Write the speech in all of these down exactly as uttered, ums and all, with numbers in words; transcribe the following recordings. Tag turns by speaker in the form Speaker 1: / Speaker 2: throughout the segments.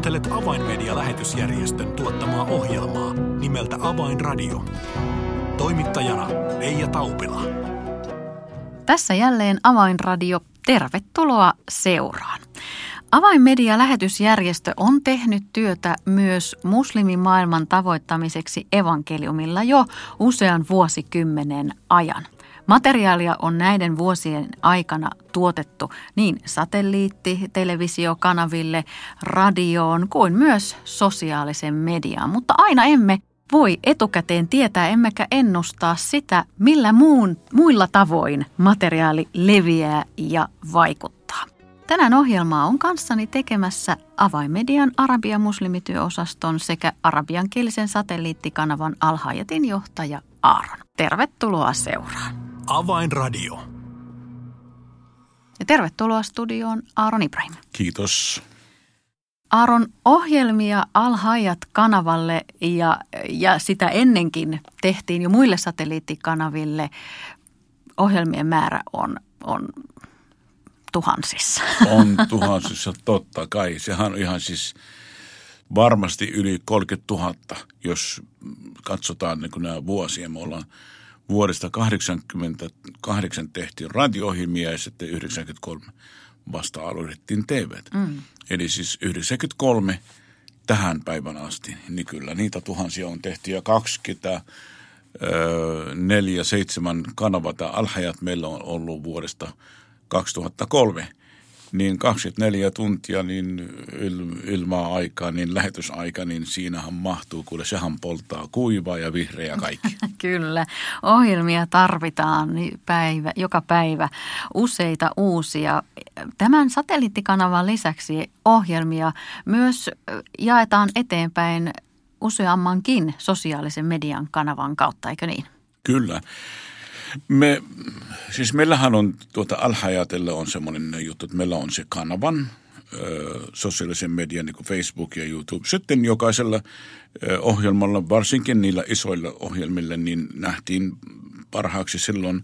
Speaker 1: Kuuntelet Avainmedia-lähetysjärjestön tuottamaa ohjelmaa nimeltä Avainradio. Toimittajana Leija Taupila.
Speaker 2: Tässä jälleen Avainradio. Tervetuloa seuraan. Avainmedia-lähetysjärjestö on tehnyt työtä myös muslimimaailman tavoittamiseksi evankeliumilla jo usean vuosikymmenen ajan. Materiaalia on näiden vuosien aikana tuotettu niin satelliitti, televisiokanaville, radioon kuin myös sosiaalisen mediaan, mutta aina emme voi etukäteen tietää emmekä ennustaa sitä, millä muun, muilla tavoin materiaali leviää ja vaikuttaa. Tänään ohjelmaa on kanssani tekemässä Avainmedian Arabian muslimityöosaston sekä arabiankielisen satelliittikanavan Al-Hayatin johtaja Aaron. Tervetuloa seuraan.
Speaker 1: Avainradio.
Speaker 2: Ja tervetuloa studioon Aaron Ibrahim.
Speaker 3: Kiitos.
Speaker 2: Aaron, ohjelmia Al-Hayat-kanavalle ja, ja sitä ennenkin tehtiin jo muille satelliittikanaville. Ohjelmien määrä on, on tuhansissa.
Speaker 3: On tuhansissa, totta kai. Sehän on ihan siis varmasti yli kolmekymmentätuhatta, jos katsotaan niin kuin nämä vuosia. Me ollaan vuodesta kahdeksankymmentäkahdeksan tehtiin radio-ohjelmia ja sitten yhdeksänkymmentäkolme vasta aloitettiin T V:tä. Mm. Eli siis yhdeksänkymmentäkolme tähän päivän asti, niin kyllä niitä tuhansia on tehty ja kaksikymmentäneljä seitsemän kanavata Al-Hayat meillä on ollut vuodesta kaksituhattakolme. Niin kaksikymmentäneljä tuntia niin il, ilmaa aikaa, niin lähetysaika, niin siinähän mahtuu, kuule sehän polttaa kuivaa ja vihreä kaikki.
Speaker 2: Kyllä, ohjelmia tarvitaan päivä, joka päivä useita uusia. Tämän satelliittikanavan lisäksi ohjelmia myös jaetaan eteenpäin useammankin sosiaalisen median kanavan kautta, eikö niin?
Speaker 3: Kyllä. Me, siis meillähän on tuota Al-Hayatilla on semmoinen juttu, että meillä on se kanavan, ö, sosiaalisen median niin kuin Facebook ja YouTube. Sitten jokaisella ö, ohjelmalla, varsinkin niillä isoilla ohjelmilla, niin nähtiin parhaaksi silloin,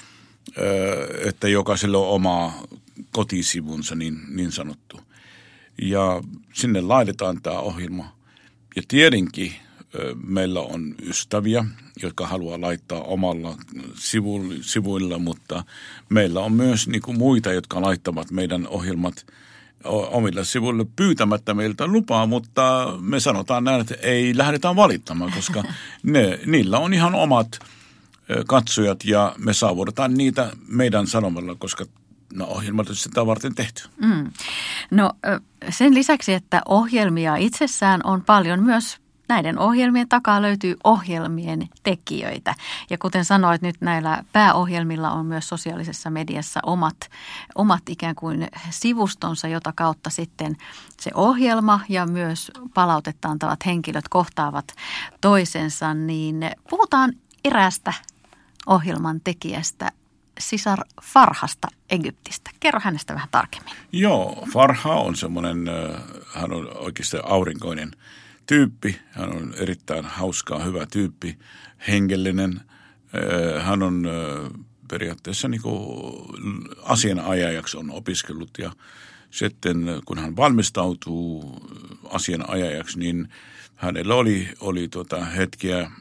Speaker 3: ö, että jokaisella on oma kotisivunsa niin, niin sanottu. Ja sinne laitetaan tämä ohjelma. Ja tietenkin meillä on ystäviä, jotka haluaa laittaa omalla sivuilla, mutta meillä on myös niin kuin muita, jotka laittavat meidän ohjelmat omilla sivuille pyytämättä meiltä lupaa, mutta me sanotaan näin, että ei lähdetä valittamaan, koska ne, niillä on ihan omat katsojat ja me saavutetaan niitä meidän sanomalla, koska no, ohjelmat on sitä varten tehty.
Speaker 2: Mm. No sen lisäksi, että ohjelmia itsessään on paljon myös näiden ohjelmien takaa löytyy ohjelmien tekijöitä. Ja kuten sanoit, nyt näillä pääohjelmilla on myös sosiaalisessa mediassa omat, omat ikään kuin sivustonsa, jota kautta sitten se ohjelma ja myös palautetta antavat henkilöt kohtaavat toisensa. Niin puhutaan eräästä ohjelman tekijästä, Sisar Farhasta Egyptistä. Kerro hänestä vähän tarkemmin.
Speaker 3: Joo, Farha on semmoinen, hän on oikeastaan aurinkoinen tyyppi. Hän on erittäin hauskaa, hyvä tyyppi, hengellinen. Hän on periaatteessa niin kuin asianajajaksi on opiskellut ja sitten kun hän valmistautuu asianajajaksi, niin hänellä oli, oli tota hetkiä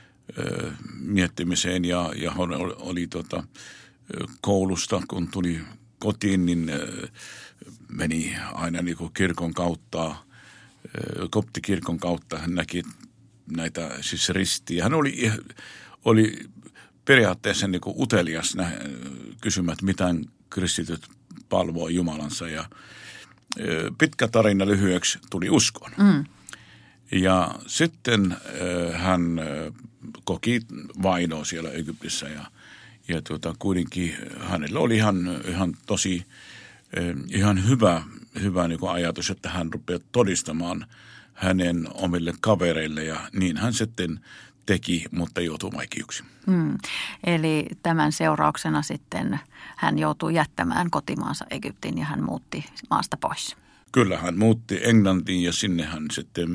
Speaker 3: miettimiseen ja, ja hän oli, oli tota, koulusta, kun tuli kotiin, niin meni aina niin kuin kirkon kautta, koptikirkon kautta. Hän näki näitä siis ristiä. Hän oli, oli periaatteessa niin kuin utelias kysymät, miten kristityt palvoo Jumalansa. Ja pitkä tarina lyhyeksi tuli uskoon. Mm. Ja sitten hän koki vainoa siellä Egyptissä ja, ja tuota, kuitenkin hänellä oli ihan, ihan tosi ihan hyvä, hyvä niin kuin ajatus, että hän rupeaa todistamaan hänen omille kavereille ja niin hän sitten teki, mutta joutui vaikeuksiin.
Speaker 2: Mm. Eli tämän seurauksena sitten hän joutui jättämään kotimaansa Egyptin ja hän muutti maasta pois.
Speaker 3: Kyllä, hän muutti Englantiin ja sinne hän sitten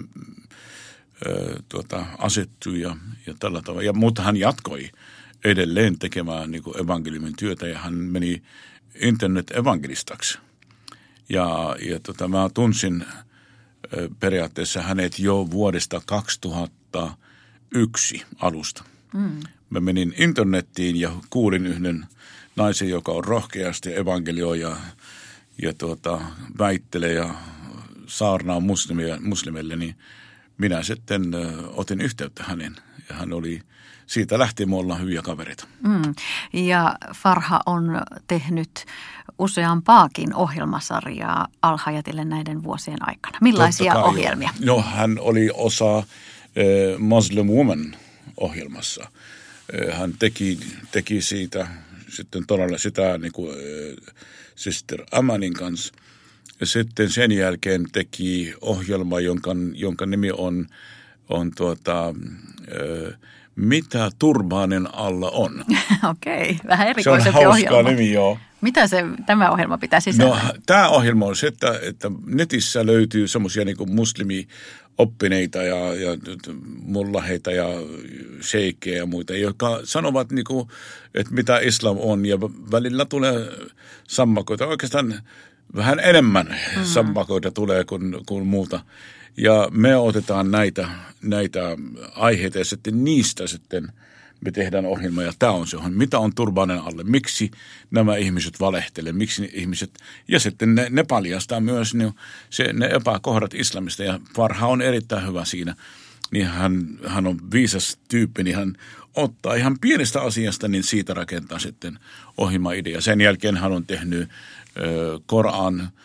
Speaker 3: ö, tuota, asettui ja, ja tällä tavalla. Ja, mutta hän jatkoi edelleen tekemään niin kuin evankeliumin työtä ja hän meni internet-evankelistaksi. Ja, ja tota, mä tunsin periaatteessa hänet jo vuodesta kaksituhattayksi alusta. Mm. Mä menin internettiin ja kuulin yhden naisen, joka on rohkeasti evankelioi ja, ja tuota, väittelee ja saarnaa muslimille, niin minä sitten ö, otin yhteyttä hänen ja hän oli, siitä lähtien me ollaan hyviä kavereita.
Speaker 2: Mm. Ja Farha on tehnyt useampaakin ohjelmasarjaa Al-Hayatille näiden vuosien aikana. Millaisia kai, ohjelmia?
Speaker 3: Jo. No hän oli osa äh, Muslim Woman -ohjelmassa. Äh, hän teki, teki siitä sitten todella sitä niin kuin äh, Sister Amanin kanssa. Ja sitten sen jälkeen teki ohjelma, jonka, jonka nimi on, on tuota, äh, Mitä turbaanin alla on.
Speaker 2: Okei, vähän erikoisempi ohjelma.
Speaker 3: Se on hauskaa nimi, joo.
Speaker 2: Mitä se, tämä ohjelma pitää sisällään?
Speaker 3: No, tämä ohjelma on se, että, että netissä löytyy semmoisia niin kuin muslimioppineita ja, ja mullaheita ja sheikkejä ja muita, jotka sanovat, niin kuin, että mitä islam on. Ja välillä tulee sammakoita, oikeastaan vähän enemmän mm-hmm. sammakoita tulee kuin, kuin muuta. Ja me otetaan näitä, näitä aiheita ja sitten niistä sitten me tehdään ohjelma. Ja tämä on se, mitä on turbaanin alle, miksi nämä ihmiset valehtelee, miksi ne ihmiset, ja sitten ne, ne paljastaa myös ne, se, ne epäkohdat islamista. Ja Farha on erittäin hyvä siinä, niin hän, hän on viisas tyyppi, niin hän ottaa ihan pienestä asiasta, niin siitä rakentaa sitten ohjelmaidea. Sen jälkeen hän on tehnyt äh, Koran äh,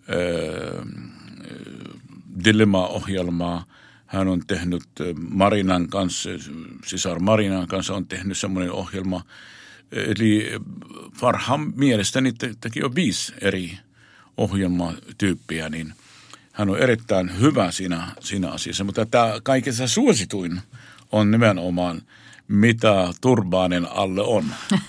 Speaker 3: dilemma-ohjelmaa. Hän on tehnyt Marinan kanssa, sisar Marinan kanssa on tehnyt semmoinen ohjelma. Eli Farha mielestäni te, teki jo viisi eri ohjelmatyyppiä, niin hän on erittäin hyvä siinä, siinä asiassa. Mutta tämä kaikessa suosituin on nimenomaan, mitä turbaanin alle on.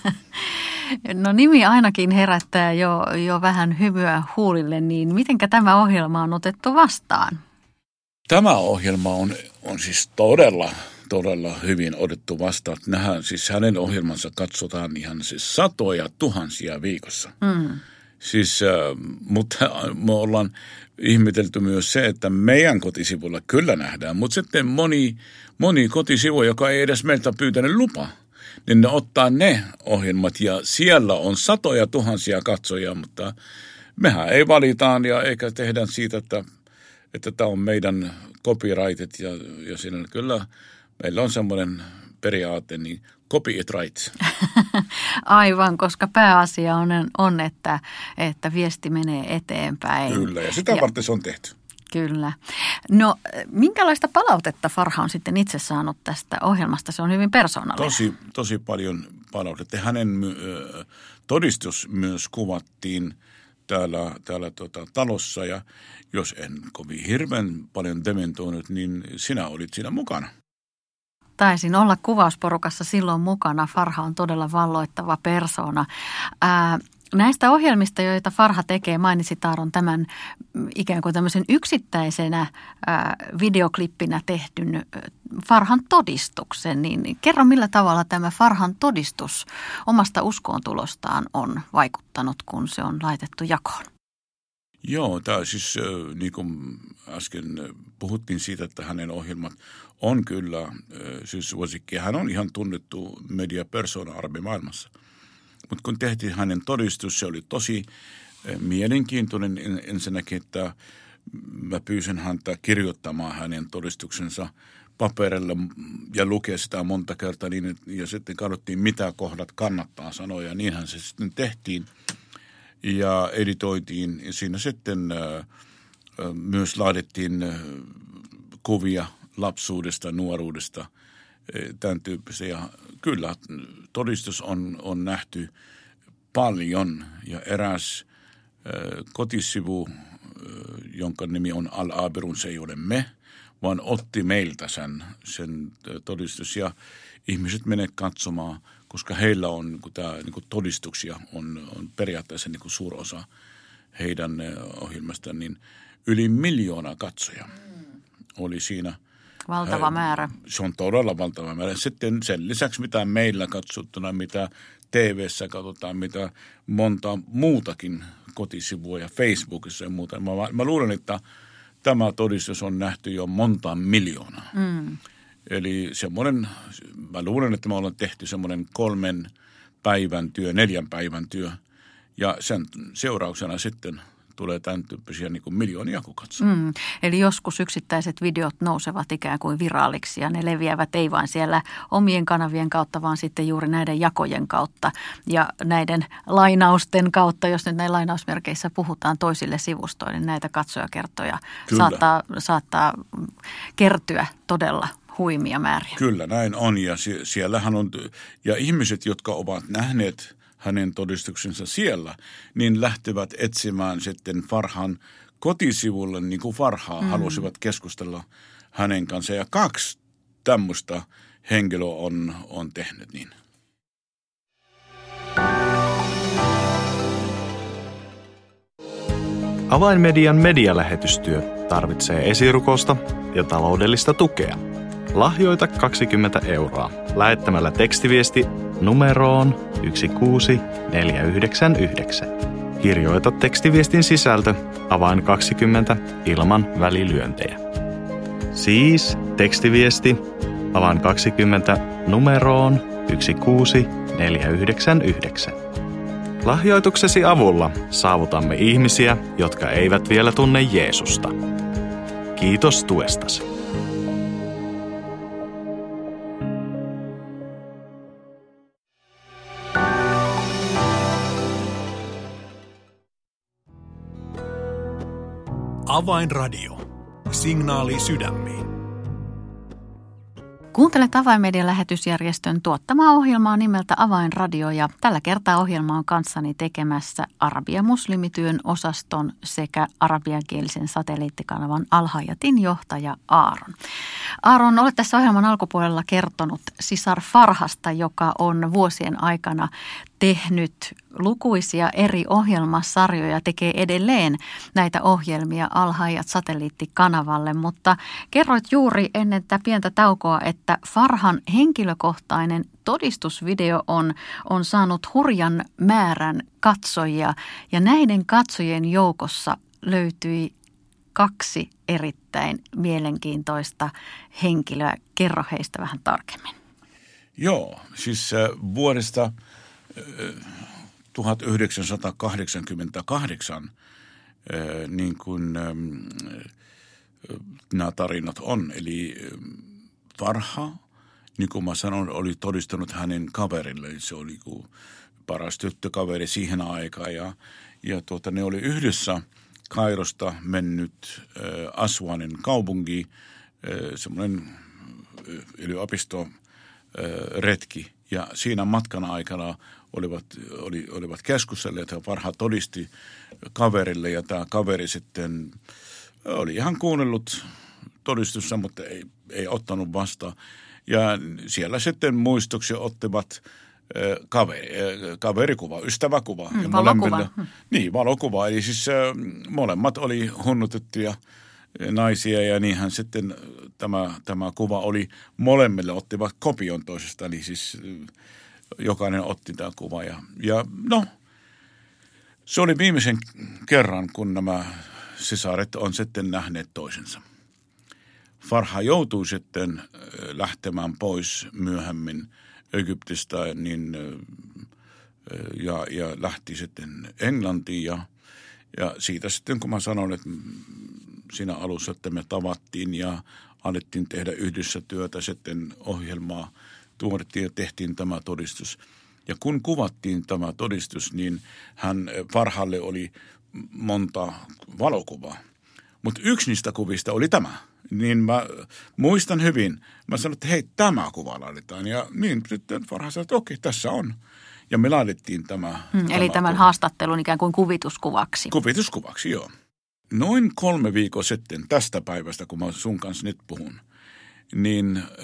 Speaker 2: No nimi ainakin herättää jo, jo vähän hymyä huulille, niin mitenkä tämä ohjelma on otettu vastaan?
Speaker 3: Tämä ohjelma on, on siis todella, todella hyvin otettu vastaan. Nähdään, siis hänen ohjelmansa katsotaan ihan siis satoja tuhansia viikossa. Mm. Siis, äh, mutta me ollaan ihmetelty myös se, että meidän kotisivuilla kyllä nähdään, mutta sitten moni, moni kotisivu, joka ei edes meiltä pyytänyt lupaa, niin ne ottaa ne ohjelmat ja siellä on satoja tuhansia katsojia, mutta mehän ei valitaan ja eikä tehdä siitä, että että tämä on meidän copyrightet ja, ja siinä kyllä meillä on semmoinen periaate, niin copy it right.
Speaker 2: Aivan, koska pääasia on, on että, että viesti menee eteenpäin.
Speaker 3: Kyllä, ja sitä ja, varten se on tehty.
Speaker 2: Kyllä. No, minkälaista palautetta Farha on sitten itse saanut tästä ohjelmasta? Se on hyvin persoonallinen. Tosi,
Speaker 3: tosi paljon palautetta. Hänen ö, todistus myös kuvattiin täällä, täällä tota, talossa ja jos en kovin hirveän paljon dementoinut, niin sinä olit siinä mukana.
Speaker 2: Taisin olla kuvausporukassa silloin mukana. Farha on todella valloittava persoona. Ää, näistä ohjelmista, joita Farha tekee, mainitsit Aaron tämän ikään kuin tämmöisen yksittäisenä ää, videoklippinä tehdyn Farhan todistuksen. Niin kerro, millä tavalla tämä Farhan todistus omasta uskoontulostaan on vaikuttanut, kun se on laitettu jakoon?
Speaker 3: Joo, tämä siis niin kuin äsken puhuttiin siitä, että hänen ohjelmat on kyllä siis suosikki. Hän on ihan tunnettu mediapersona arabimaailmassa. Mutta kun tehtiin hänen todistus, se oli tosi mielenkiintoinen ensinnäkin, että mä pyysin häntä kirjoittamaan hänen todistuksensa paperille ja lukea sitä monta kertaa niin, ja sitten katsottiin, mitä kohdat kannattaa sanoa ja niinhän se sitten tehtiin. Ja editoitiin. Siinä sitten äh, myös laadittiin äh, kuvia lapsuudesta, nuoruudesta, äh, tämän tyyppisiä. Ja kyllä, todistus on, on nähty paljon. Ja eräs äh, kotisivu, äh, jonka nimi on Al-Abirun, se ei ole me, vaan otti meiltä sen, sen todistus. Ja ihmiset menee katsomaan, koska heillä on niin kuin tämä niin kuin todistuksia, on, on periaatteessa niin kuin suuri osa heidän ohjelmastaan, niin yli miljoona katsoja oli siinä.
Speaker 2: Valtava määrä.
Speaker 3: Se on todella valtava määrä. Sitten sen lisäksi, mitä meillä katsottuna, mitä T V:ssä katsotaan, mitä monta muutakin kotisivua ja Facebookissa ja muuta. Mä, mä luulen, että tämä todistus on nähty jo monta miljoonaa. Mm. Eli semmoinen, mä luulen, että me ollaan tehty semmoinen kolmen päivän työ, neljän päivän työ. Ja sen seurauksena sitten tulee tämän tyyppisiä niin kuin miljoonia, kun katsoo. Mm,
Speaker 2: eli joskus yksittäiset videot nousevat ikään kuin viraaliksi ja ne leviävät ei vain siellä omien kanavien kautta, vaan sitten juuri näiden jakojen kautta ja näiden lainausten kautta, jos nyt näin lainausmerkeissä puhutaan toisille sivustoille, niin näitä katsojakertoja saattaa, saattaa kertyä todella huimia määriä.
Speaker 3: Kyllä, näin on ja siellähän on, ja ihmiset, jotka ovat nähneet hänen todistuksensa siellä, niin lähtevät etsimään sitten Farhan kotisivulle, niin kuin Farhaa mm. halusivat keskustella hänen kanssaan. Ja kaksi tämmöistä henkilöä on, on tehnyt niin.
Speaker 4: Avainmedian medialähetystyö tarvitsee esirukosta ja taloudellista tukea. Lahjoita kaksikymmentä euroa lähettämällä tekstiviesti numeroon yksi kuusi neljä yhdeksän yhdeksän. Kirjoita tekstiviestin sisältö avain kaksikymmentä ilman välilyöntejä. Siis tekstiviesti avain kaksikymmentä numeroon yksi kuusi neljä yhdeksän yhdeksän. Lahjoituksesi avulla saavutamme ihmisiä, jotka eivät vielä tunne Jeesusta. Kiitos tuestasi.
Speaker 1: Avainradio. Signaali sydämiin.
Speaker 2: Kuuntelet Avainmedian lähetysjärjestön tuottamaa ohjelmaa nimeltä Avainradio ja tällä kertaa ohjelma on kanssani tekemässä arabia-muslimityön osaston sekä arabiankielisen satelliittikanavan Al-Hayatin johtaja Aaron. Aaron, olet tässä ohjelman alkupuolella kertonut Sisar Farhasta, joka on vuosien aikana tehnyt lukuisia eri ohjelmasarjoja, tekee edelleen näitä ohjelmia Al-Hayat satelliittikanavalle, mutta kerroit juuri ennen tätä pientä taukoa, että Farhan henkilökohtainen todistusvideo on, on saanut hurjan määrän katsojia ja näiden katsojien joukossa löytyi kaksi erittäin mielenkiintoista henkilöä. Kerro heistä vähän tarkemmin.
Speaker 3: Joo, siis vuodesta tuhatyhdeksänsataakahdeksankymmentäkahdeksan, niin kuin nämä tarinat on. Eli Farha, niin kuin mä sanon, oli todistanut hänen kaverille. Se oli paras tyttökaveri siihen aikaan. Ja, ja tuota, ne oli yhdessä Kairosta mennyt äh, Aswanin kaupunki, äh, semmoinen yliopisto äh, retki. Ja siinä matkan aikana olivat, oli, olivat keskustelleet ja Farha todisti kaverille ja tämä kaveri sitten oli ihan kuunnellut todistusta, mutta ei, ei ottanut vastaan. Ja siellä sitten muistoksia ottivat kaveri, kaverikuva, ystäväkuva.
Speaker 2: Mm, valokuva.
Speaker 3: Hmm. Niin, valokuva. Eli siis molemmat oli hunnutettuja naisia ja niinhän sitten tämä, tämä kuva oli molemmille ottivat kopion toisesta. Eli siis jokainen otti tämä kuva ja, ja no, se oli viimeisen kerran, kun nämä sisaret on sitten nähneet toisensa. Farha joutui sitten lähtemään pois myöhemmin Egyptistä niin, ja, ja lähti sitten Englantiin ja, ja siitä sitten kun mä sanon, että siinä alussa, että me tavattiin ja alettiin tehdä yhdessä työtä, sitten ohjelmaa tuotettiin ja tehtiin tämä todistus. Ja kun kuvattiin tämä todistus, niin hän Farhalle oli monta valokuvaa, mutta yksi niistä kuvista oli tämä. Niin mä muistan hyvin. Mä sanoin, että hei, tämä kuva laitetaan. Ja niin sitten Farha sanoi, että okei, tässä on. Ja me laitettiin tämä.
Speaker 2: Hmm,
Speaker 3: tämä
Speaker 2: eli tämän kuva. Haastattelun ikään kuin kuvituskuvaksi.
Speaker 3: Kuvituskuvaksi, joo. Noin kolme viikkoa sitten tästä päivästä, kun mä sun kanssa nyt puhun, niin äh,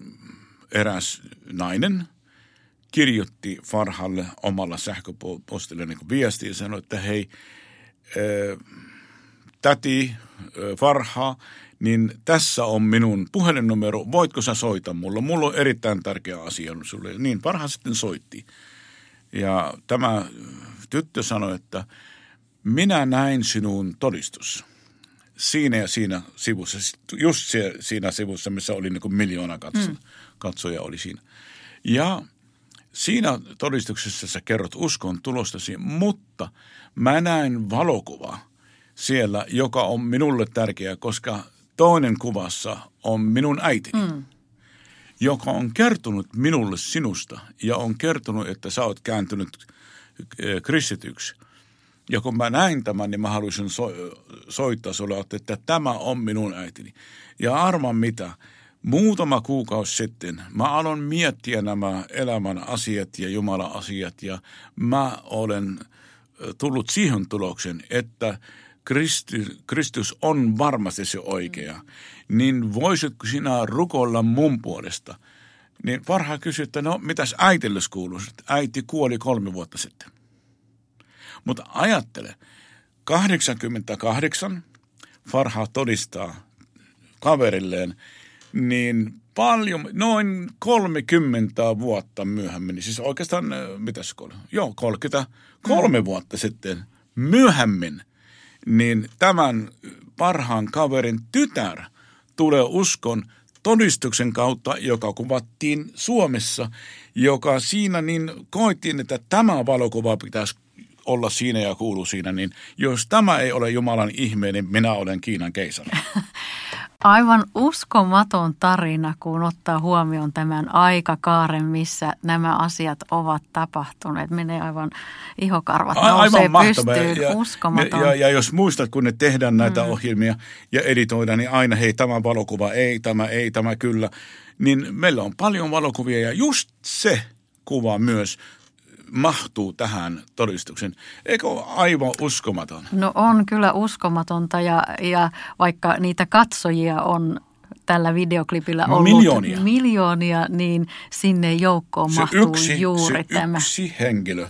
Speaker 3: eräs nainen kirjoitti Farhalle omalla sähköpostilla niin kuin viesti ja sanoi, että hei, äh, täti äh, Farha, niin tässä on minun puhelinnumero, voitko sä soita mulle? Mulla on erittäin tärkeä asia sulle. Niin Farha sitten soitti. Ja tämä tyttö sanoi, että minä näin sinun todistus. siinä ja siinä sivussa, just se, siinä sivussa, missä oli niin kuin miljoona katsoja, mm. katsoja oli siinä. Ja siinä todistuksessa sä kerrot uskon tulostasi, mutta mä näen valokuvaa siellä, joka on minulle tärkeä, koska toinen kuvassa on minun äitini, mm. joka on kertonut minulle sinusta ja on kertonut, että sä oot kääntynyt kristityksi. Ja kun mä näin tämän, niin mä haluaisin so- soittaa sulle, että tämä on minun äitini. Ja arvan mitä, muutama kuukausi sitten mä aloin miettiä nämä elämän asiat ja Jumalan asiat. Ja mä olen tullut siihen tuloksen, että Kristi, Kristus on varmasti se oikea. Niin voisitko sinä rukoilla mun puolesta? Niin Farha kysyi, että no mitäs äitille kuuluu? Äiti kuoli kolme vuotta sitten. Mutta ajattele, kahdeksankymmentäkahdeksan Farha todistaa kaverilleen, niin paljon, noin kolmekymmentä vuotta myöhemmin, siis oikeastaan, mitäs kuoli? Joo, kolmekymmentäkolme mm. vuotta sitten myöhemmin, niin tämän parhaan kaverin tytär tulee uskon todistuksen kautta, joka kuvattiin Suomessa, joka siinä niin koettiin, että tämä valokuva pitäisi olla siinä ja kuuluu siinä, niin jos tämä ei ole Jumalan ihme, niin minä olen Kiinan keisari.
Speaker 2: Aivan uskomaton tarina, kun ottaa huomioon tämän aikakaaren, missä nämä asiat ovat tapahtuneet. Menee aivan ihokarvat nousee pystyyn, ja, uskomaton.
Speaker 3: Ja, ja jos muistat, kun ne tehdään näitä mm. ohjelmia ja editoidaan, niin aina hei, tämä valokuva, ei, tämä, ei, tämä, kyllä. Niin meillä on paljon valokuvia ja just se kuva myös mahtuu tähän todistuksen. Eikö ole aivan uskomaton?
Speaker 2: No on kyllä uskomatonta ja, ja vaikka niitä katsojia on tällä videoklipillä ollut
Speaker 3: miljoonia,
Speaker 2: miljoonia niin sinne joukkoon
Speaker 3: se
Speaker 2: mahtuu
Speaker 3: yksi,
Speaker 2: juuri
Speaker 3: se
Speaker 2: tämä.
Speaker 3: yksi henkilö,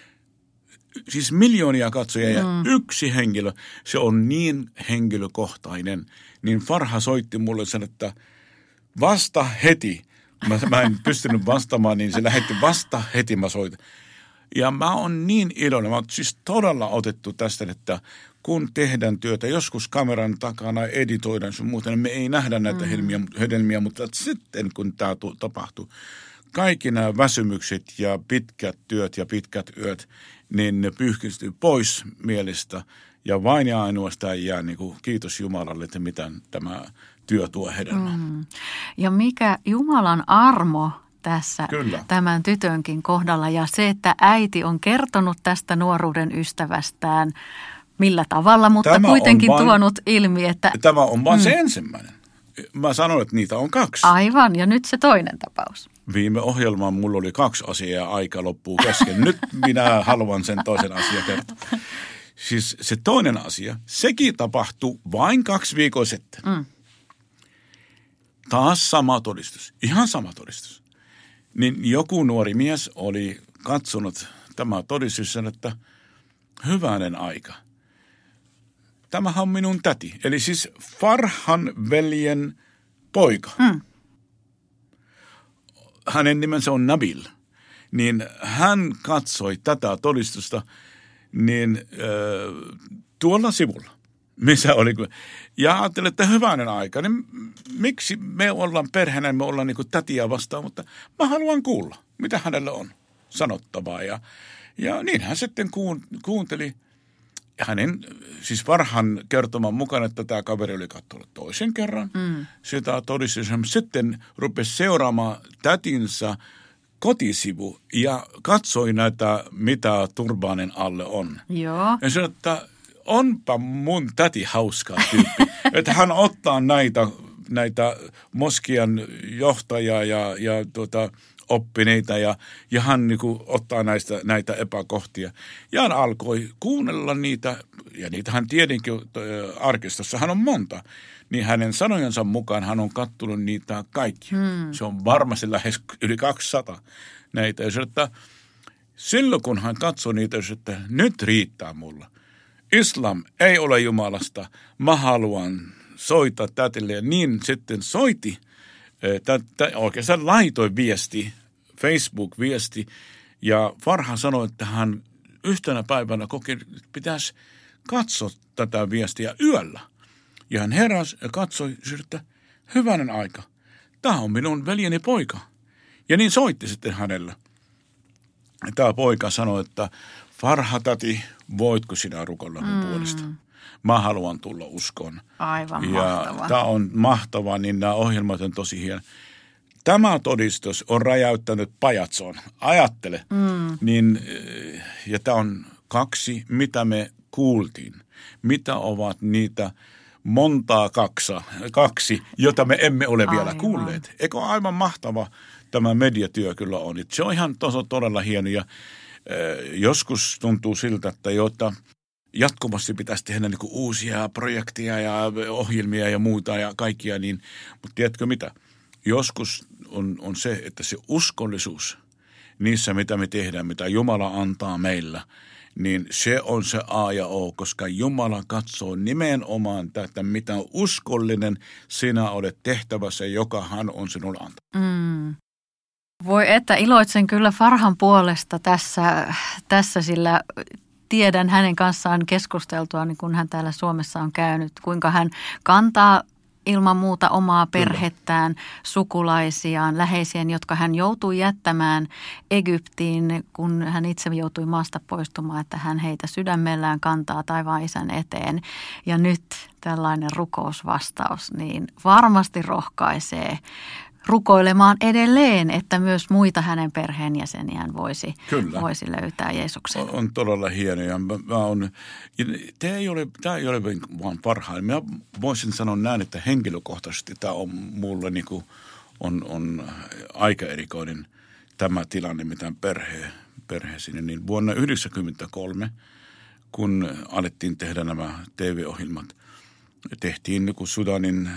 Speaker 3: siis miljoonia katsojia ja mm. yksi henkilö, se on niin henkilökohtainen. Niin Farha soitti mulle sen, että vasta heti, mä, mä en pystynyt vastaamaan, niin se lähetti vasta heti, mä soitin. Ja mä oon niin iloinen, mä oon siis todella otettu tästä, että kun tehdään työtä, joskus kameran takana editoidaan sun muuta, niin me ei nähdä näitä mm. hedelmiä, hedelmiä, mutta sitten kun tämä tapahtuu, kaikki nämä väsymykset ja pitkät työt ja pitkät yöt, niin ne pyyhkistyy pois mielestä ja vain ja ainoastaan jää niin kuin kiitos Jumalalle, että mitä tämä työ tuo hedelmää. Mm.
Speaker 2: Ja mikä Jumalan armo tässä
Speaker 3: Kyllä.
Speaker 2: tämän tytönkin kohdalla ja se, että äiti on kertonut tästä nuoruuden ystävästään millä tavalla, mutta tämä kuitenkin vain, tuonut ilmi, että
Speaker 3: tämä on vain mm. se ensimmäinen. Mä sanoin, että niitä on kaksi.
Speaker 2: Aivan, ja nyt se toinen tapaus.
Speaker 3: Viime ohjelmaan mulla oli kaksi asiaa ja aika loppuu kesken. Nyt minä haluan sen toisen asian kertoa. Siis se toinen asia, sekin tapahtui vain kaksi viikkoa sitten. Mm. Taas sama todistus, ihan sama todistus. Niin joku nuori mies oli katsonut tämä todistus, että hyvänen aika. Tämähän on minun täti, eli siis Farhan veljen poika. Hmm. Hänen nimensä on Nabil. Niin hän katsoi tätä todistusta niin äh, tuolla sivulla, missä oli. Ja ajattelin, että hyvänen aika, niin miksi me ollaan perheenä, me ollaan niin kuin tätiä vastaan, mutta mä haluan kuulla, mitä hänellä on sanottavaa. Ja, ja niin hän sitten kuunteli hänen, siis Farhan kertoman mukaan, että tämä kaveri oli katsonut toisen kerran. Mm. Sitä todisti, sitten rupesi seuraamaan tätinsä kotisivu ja katsoi näitä, mitä turbaanin alle on.
Speaker 2: Joo.
Speaker 3: Ja sanoi, että onpa mun täti hauskaa tyyppi. Että hän ottaa näitä, näitä moskian johtajia ja, ja tuota, oppineita ja, ja hän niin kuin ottaa näistä, näitä epäkohtia. Ja hän alkoi kuunnella niitä, ja niitä hän tietenkin arkistossa, hän on monta. Niin hänen sanojensa mukaan hän on kattonut niitä kaikki. Hmm. Se on varmasti lähes yli kaksisataa näitä. Ja se, että silloin kun hän katsoi niitä, että nyt riittää mulla. Islam ei ole Jumalasta, mä haluan soittaa tätille. Ja niin sitten soiti, tä, oikeastaan laitoi viesti, Facebook-viesti. Ja Farha sanoi, että hän yhtenä päivänä koki, että pitäisi katsoa tätä viestiä yöllä. Ja hän heräsi ja katsoi, että hyvänen aika, tämä on minun veljeni poika. Ja niin soitti sitten hänelle. Tämä poika sanoi, että Farha-täti, voitko sinä rukoilla mun mm. puolesta? Mä haluan tulla uskoon.
Speaker 2: Aivan
Speaker 3: ja
Speaker 2: mahtavaa.
Speaker 3: Tämä on mahtavaa, niin nämä ohjelmat on tosi hieno. Tämä todistus on räjäyttänyt pajatsoon. Ajattele. Mm. Niin, ja tämä on kaksi, mitä me kuultiin. Mitä ovat niitä montaa kaksa, kaksi, jota me emme ole aivan. vielä kuulleet. Eikö aivan mahtava tämä mediatyö kyllä on. Se on ihan tos, todella hieno ja äh, joskus tuntuu siltä, että jota jatkuvasti pitäisi tehdä niin kuin uusia projekteja ja ohjelmia ja muuta ja kaikkia. Niin, mutta tiedätkö mitä? Joskus on, on se, että se uskollisuus niissä, mitä me tehdään, mitä Jumala antaa meillä, niin se on se A ja O, koska Jumala katsoo nimenomaan tätä, mitä uskollinen sinä olet tehtävässä, joka hän on sinulle antanut.
Speaker 2: Mm. Voi että iloitsen kyllä Farhan puolesta tässä, tässä, sillä tiedän hänen kanssaan keskusteltua, niin kun hän täällä Suomessa on käynyt, kuinka hän kantaa ilman muuta omaa perhettään, sukulaisiaan, läheisiään, jotka hän joutui jättämään Egyptiin, kun hän itse joutui maasta poistumaan, että hän heitä sydämellään kantaa taivaan isän eteen. Ja nyt tällainen rukousvastaus niin varmasti rohkaisee rukoilemaan edelleen, että myös muita hänen perheenjäseniään voisi, voisi löytää Jeesuksen.
Speaker 3: On, on todella hieno. Ja mä, mä on, tämä ei ole, tämä ei ole vaan parhain. Mä voisin sanoa näin, että henkilökohtaisesti tämä on mulle niin kuin, on, on aika erikoinen tämä tilanne, mitä perhe, perhe sinne. Niin vuonna yhdeksänkymmentäkolme, kun alettiin tehdä nämä T V-ohjelmat, tehtiin niin kuin Sudanin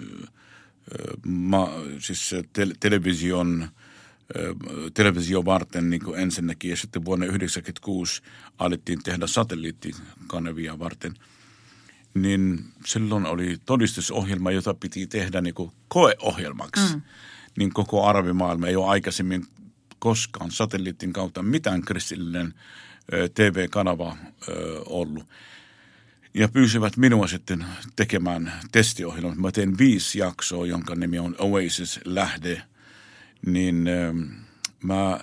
Speaker 3: Ma, siis te, television, televisio varten niin kuin ensinnäkin ja sitten vuonna yhdeksänkymmentäkuusi alettiin tehdä satelliittikanavia varten. Niin silloin oli todistusohjelma, jota piti tehdä niin kuin koeohjelmaksi. Mm. Niin koko arabimaailma ei ole aikaisemmin koskaan satelliitin kautta mitään kristillinen T V-kanava ö, ollut. Ja pyysivät minua sitten tekemään testiohjelman. Mä tein viisi jaksoa, jonka nimi on Oasis Lähde. Niin äh, mä, äh,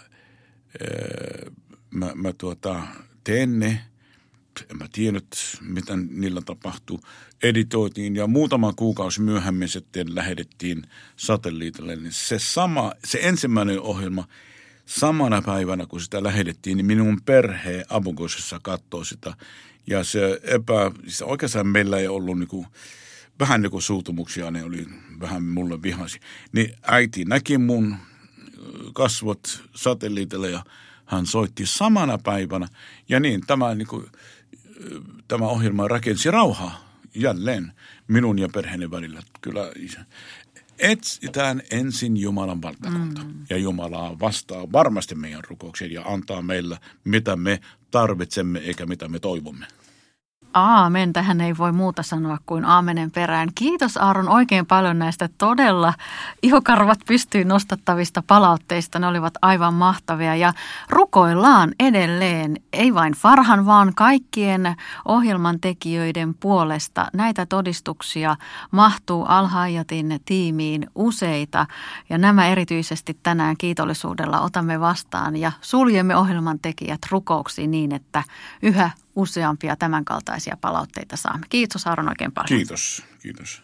Speaker 3: mä, mä tuota, teen ne. En mä tiennyt, mitä niillä tapahtui. Editoitiin ja muutama kuukausi myöhemmin sitten lähetettiin satelliitille. Niin se sama, se ensimmäinen ohjelma samana päivänä, kun sitä lähetettiin, niin minun perhe Abu-Ghosissa katsoi sitä. Ja se epä, siis oikeastaan meillä ei ollut niinku, vähän niinku suutumuksia, ne oli vähän mulle vihasi. Niin äiti näki mun kasvot satelliitille ja hän soitti samana päivänä. Ja niin tämä, niinku, tämä ohjelma rakensi rauhaa jälleen minun ja perheeni välillä. Kyllä etsitään ensin Jumalan valtakunta. Mm. Ja Jumala vastaa varmasti meidän rukouksiin ja antaa meillä, mitä me tarvitsemme eikä mitä me toivomme.
Speaker 2: Aamen. Tähän ei voi muuta sanoa kuin aamenen perään. Kiitos Aaron oikein paljon näistä todella ihokarvat pystyyn nostattavista palautteista. Ne olivat aivan mahtavia ja rukoillaan edelleen, ei vain Farhan, vaan kaikkien ohjelman tekijöiden puolesta. Näitä todistuksia mahtuu Al-Hayatin tiimiin useita ja nämä erityisesti tänään kiitollisuudella otamme vastaan ja suljemme ohjelman tekijät rukouksiin niin, että yhä useampia tämänkaltaisia palautteita saamme. Kiitos Aaron oikein paljon.
Speaker 3: Kiitos, kiitos.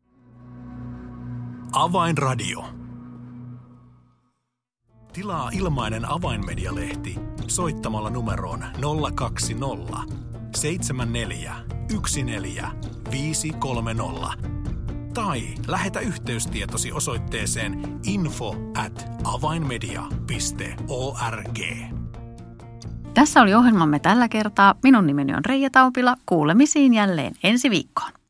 Speaker 1: Avainradio. Tilaa ilmainen Avainmedia-lehti soittamalla numeroon nolla kaksi nolla seitsemän neljä yksi neljä viisi kolme nolla tai lähetä yhteystietosi osoitteeseen info at avainmedia piste org.
Speaker 2: Tässä oli ohjelmamme tällä kertaa. Minun nimeni on Reija Taupila. Kuulemisiin jälleen ensi viikkoon.